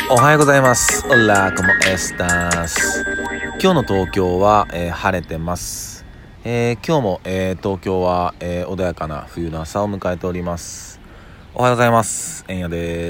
おはようございます。オラコモエスタス。今日の東京は、晴れてます。今日も、東京は、穏やかな冬の朝を迎えております。おはようございます。えんやです。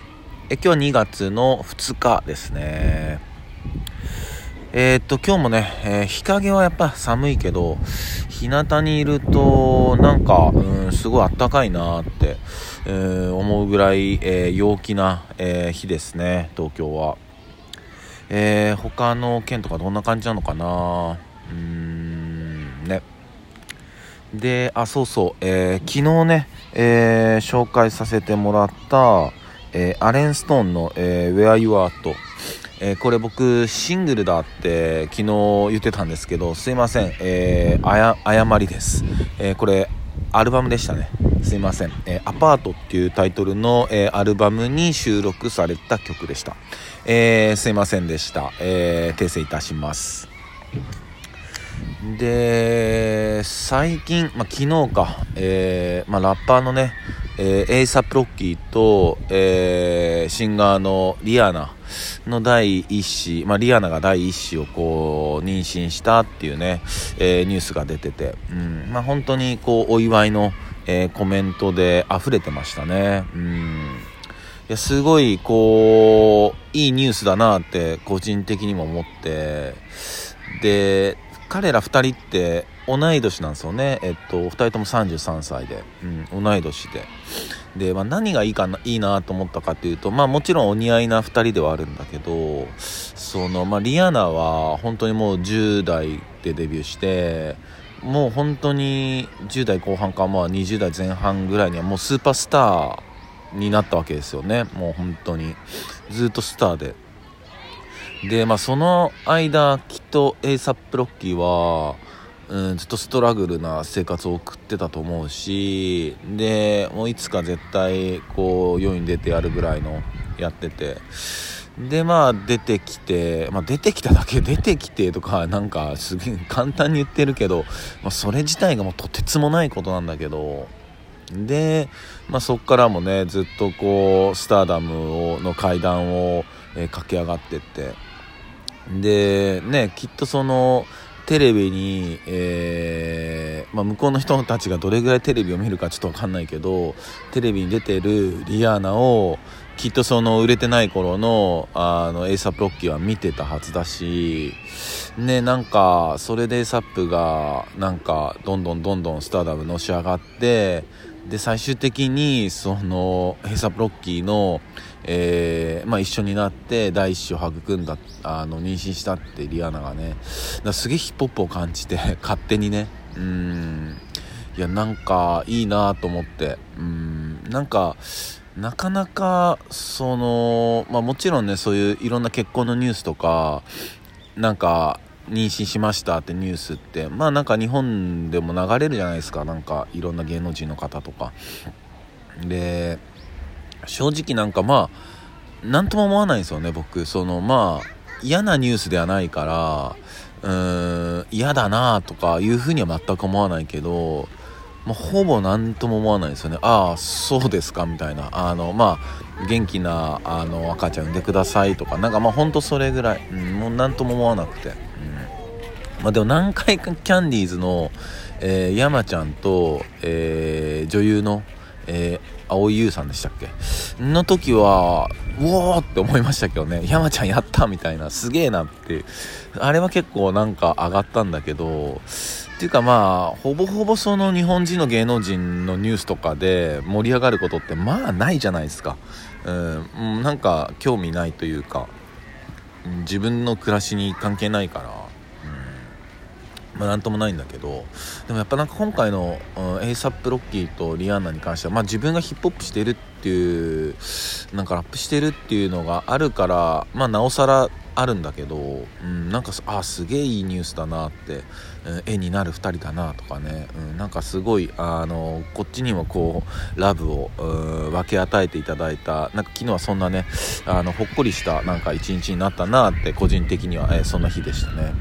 今日は2月の2日ですね。今日もね、日陰はやっぱ寒いけど日向にいるとなんか、すごい暖かいなって、思うぐらい、陽気な、日ですね、東京は。他の県とかどんな感じなのかな。ね。で、そうそう、昨日ね、紹介させてもらった、アレンストーンの、Where You Are と、これ僕シングルだって昨日言ってたんですけど、すいません、誤りです。これアルバムでしたね。すいません、アパートっていうタイトルの、アルバムに収録された曲でした。すいませんでした。訂正いたします。で、最近、昨日か、ラッパーのね、ASAPロッキーと、シンガーのリアナの第一子、リアナが第一子をこう妊娠したっていうね、ニュースが出てて、本当にこうお祝いの、コメントで溢れてましたね。いや、すごいこういいニュースだなって個人的にも思って、で彼ら2人って同い年なんですよね。2人とも33歳で、同い年で、何がいいなと思ったかというと、もちろんお似合いな2人ではあるんだけど、リアナは本当にもう10代でデビューして、もう本当に10代後半か20代前半ぐらいにはもうスーパースターになったわけですよね。もう本当にずっとスターで、その間きっと ASAPロッキーは、ずっとストラグルな生活を送ってたと思うし、でもういつか絶対こう世に出てやるぐらいのやってて、で出てきて、出てきただけ出てきてとかなんかすげえ簡単に言ってるけど、それ自体がもうとてつもないことなんだけど、で、そっからもねずっとこうスターダムの階段を、駆け上がってって、でね、きっとそのテレビに、向こうの人たちがどれぐらいテレビを見るかちょっと分かんないけど、テレビに出てるリアーナをきっとその売れてない頃のASAPロッキーは見てたはずだしね。なんかそれでASAPがなんかどんどんスターダムのし上がって、で最終的にそのASAPロッキーの一緒になって第一子を育んだ、妊娠したってリアナがね、すげえヒップホップを感じて勝手にね、いやなんかいいなと思って、なんかなかなかそのもちろんね、そういういろんな結婚のニュースとかなんか妊娠しましたってニュースってなんか日本でも流れるじゃないですか。なんかいろんな芸能人の方とかで、正直なんかなんとも思わないんですよね、僕。嫌なニュースではないから嫌だなとかいうふうには全く思わないけど、ほぼなんとも思わないですよね。そうですかみたいな、元気な赤ちゃん産んでくださいとか、なんかほんとそれぐらい、もうなんとも思わなくて、でも何回かキャンディーズの、山ちゃんと、女優の、蒼井優さんでしたっけの時はうおーって思いましたけどね。山ちゃんやったみたいな、すげえなって、あれは結構なんか上がったんだけど、っていうかほぼほぼその日本人の芸能人のニュースとかで盛り上がることってないじゃないですか。なんか興味ないというか、自分の暮らしに関係ないから、なんともないんだけど、でもやっぱなんか今回の、ASAPロッキーとリアンナに関しては、自分がヒップホップしてるっていう、なんかラップしてるっていうのがあるから、なおさらあるんだけど、なんかすげえいいニュースだなって、絵になる2人だなとかね、なんかすごいこっちにもこうラブを分け与えていただいた、なんか昨日はそんなねほっこりしたなんか一日になったなって個人的には、そんな日でしたね。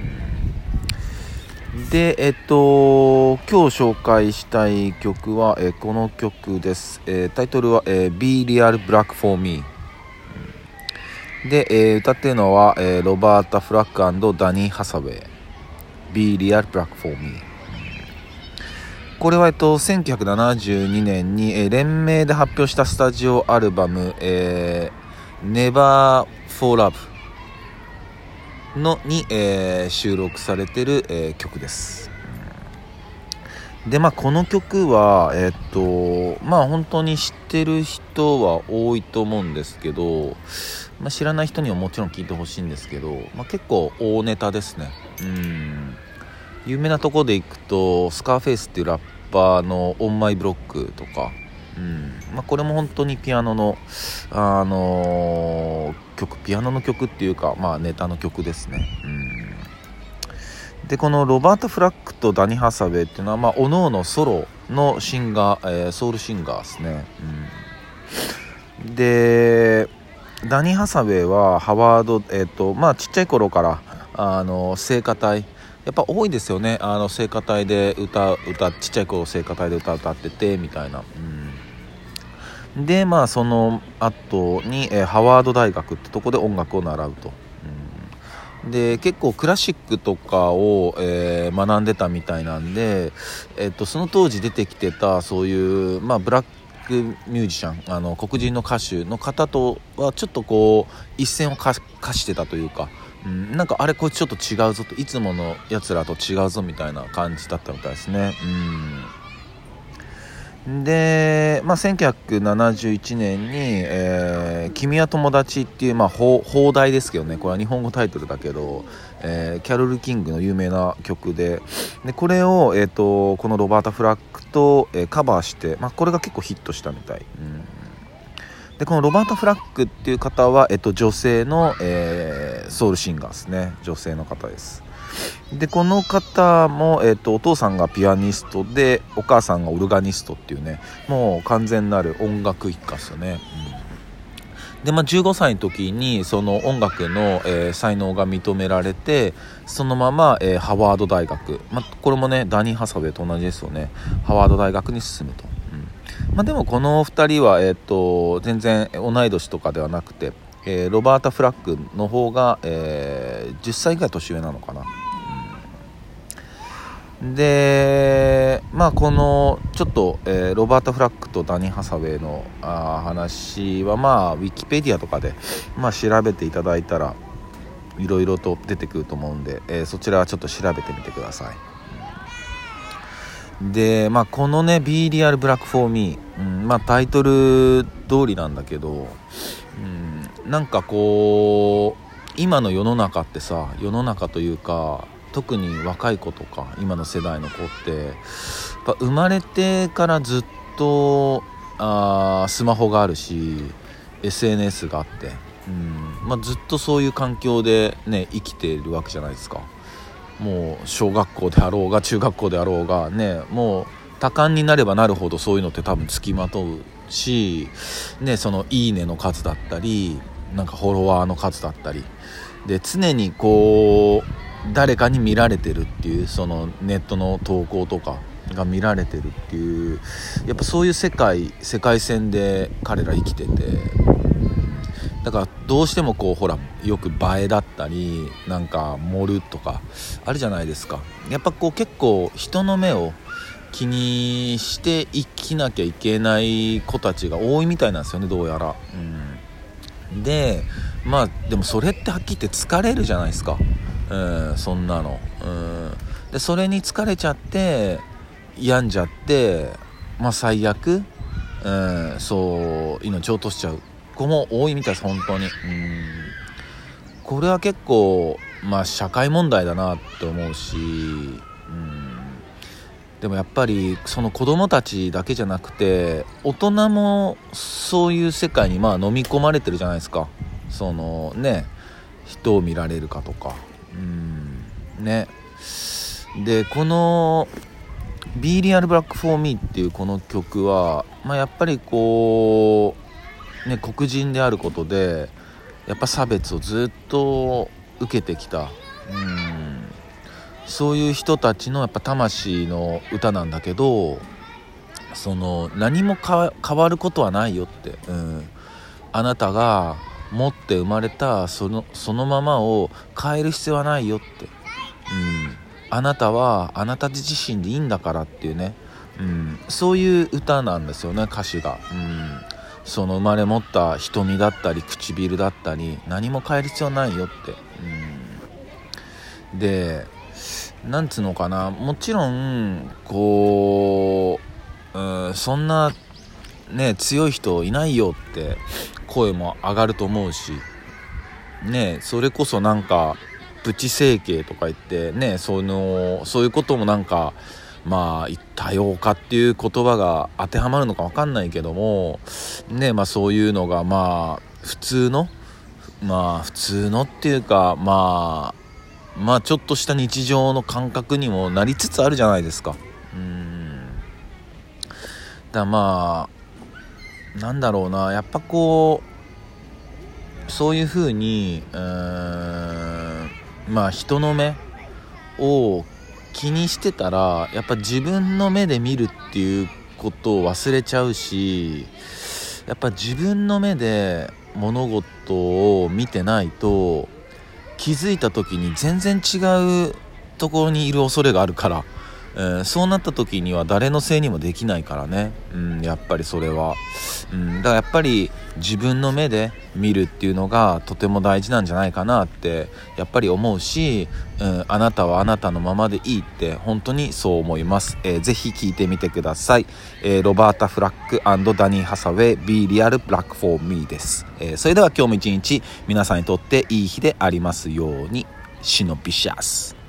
で、今日紹介したい曲は、この曲です。タイトルは、Be Real Black for Me。 で、歌ってるのは、ロバータ・フラック&ダニー・ハサウェイ Be Real Black for Me。 これは、1972年に、連名で発表したスタジオアルバム、Never for Love に、収録されてる、曲です。で、この曲は本当に知ってる人は多いと思うんですけど、知らない人にはもちろん聞いてほしいんですけど、結構大ネタですね。有名なところでいくとスカーフェイスっていうラッパーのオンマイブロックとか、これも本当にピアノのピアノの曲っていうか、ネタの曲ですね。でこのロバート・フラックとダニ・ハサウェイっていうのは、各々ソロのシンガー、ソウルシンガーですね。でダニ・ハサウェイはハワード、ちっちゃい頃から聖歌隊、やっぱ多いですよね。聖歌隊でちっちゃい頃聖歌隊で歌っててみたいな。でその後に、ハワード大学ってとこで音楽を習うと。で結構クラシックとかを、学んでたみたいなんで、その当時出てきてたそういう、ブラックミュージシャン、黒人の歌手の方とはちょっとこう一線を課してたというか、なんかあれこれちょっと違うぞと、いつものやつらと違うぞみたいな感じだったみたいですね。で、1971年に、君は友達っていう、邦題ですけどね、これは日本語タイトルだけど、キャロル・キングの有名な曲で、これを、このロバータ・フラックと、カバーして、これが結構ヒットしたみたい。でこのロバータ・フラックっていう方は、女性の、ソウルシンガーですね。女性の方です。でこの方も、お父さんがピアニストでお母さんがオルガニストっていうね、もう完全なる音楽一家ですよね。で15歳の時にその音楽の、才能が認められて、そのまま、ハワード大学、これもねダニー・ハサウェイと同じですよね。ハワード大学に進むと。でもこの2人は、全然同い年とかではなくて、ロバータ・フラックの方が、10歳ぐらい年上なのかな。でこのちょっと、ロバータ・フラックとダニー・ハサウェイの話はウィキペディアとかで、調べていただいたらいろいろと出てくると思うんで、そちらはちょっと調べてみてください。でこのね Be Real Black for Me、タイトル通りなんだけど、なんかこう今の世の中ってさ、世の中というか特に若い子とか今の世代の子ってやっぱ生まれてからずっとスマホがあるし SNS があって、ずっとそういう環境でね生きているわけじゃないですか。もう小学校であろうが中学校であろうがね、もう多感になればなるほどそういうのって多分つきまとうし、そのいいねの数だったりなんかフォロワーの数だったりで、常にこう誰かに見られてるっていう、そのネットの投稿とかが見られてるっていう、やっぱそういう世界線で彼ら生きてて、だからどうしてもこうほらよく映えだったりなんか盛るとかあるじゃないですか。やっぱこう結構人の目を気にして生きなきゃいけない子たちが多いみたいなんですよね、どうやら。ででもそれってはっきり言って疲れるじゃないですか。そんなの。でそれに疲れちゃって病んじゃって、最悪、そう命を落としちゃう子も多いみたいです、本当に。これは結構社会問題だなって思うし、でもやっぱりその子供たちだけじゃなくて大人もそういう世界に飲み込まれてるじゃないですか。そのね、人を見られるかとか、でこの Be Real Black for Me っていうこの曲は、やっぱりこう黒人であることでやっぱ差別をずっと受けてきた、そういう人たちのやっぱ魂の歌なんだけど、その何も変わることはないよって、あなたが持って生まれたそのままを変える必要はないよって、あなたはあなた自身でいいんだからっていうね、そういう歌なんですよね、歌詞が。その生まれ持った瞳だったり唇だったり何も変える必要ないよって、でなんつうのかな、もちろんこう、そんなね強い人いないよって声も上がると思うしね、それこそなんかプチ整形とか言ってね、そういうこともなんかまあ多様化っていう言葉が当てはまるのか分かんないけどもね、そういうのが普通のっていうかちょっとした日常の感覚にもなりつつあるじゃないですか。だなんだろうな、やっぱこうそういう風に人の目を気にしてたらやっぱ自分の目で見るっていうことを忘れちゃうし、やっぱ自分の目で物事を見てないと気づいた時に全然違うところにいる恐れがあるから、そうなった時には誰のせいにもできないからね、やっぱりそれは、だからやっぱり自分の目で見るっていうのがとても大事なんじゃないかなってやっぱり思うし、あなたはあなたのままでいいって本当にそう思います。ぜひ聞いてみてください。ロバータ・フラック&ダニー・ハサウェイ Be Real Black for Me です。それでは今日も一日皆さんにとっていい日でありますように。シノビシャス。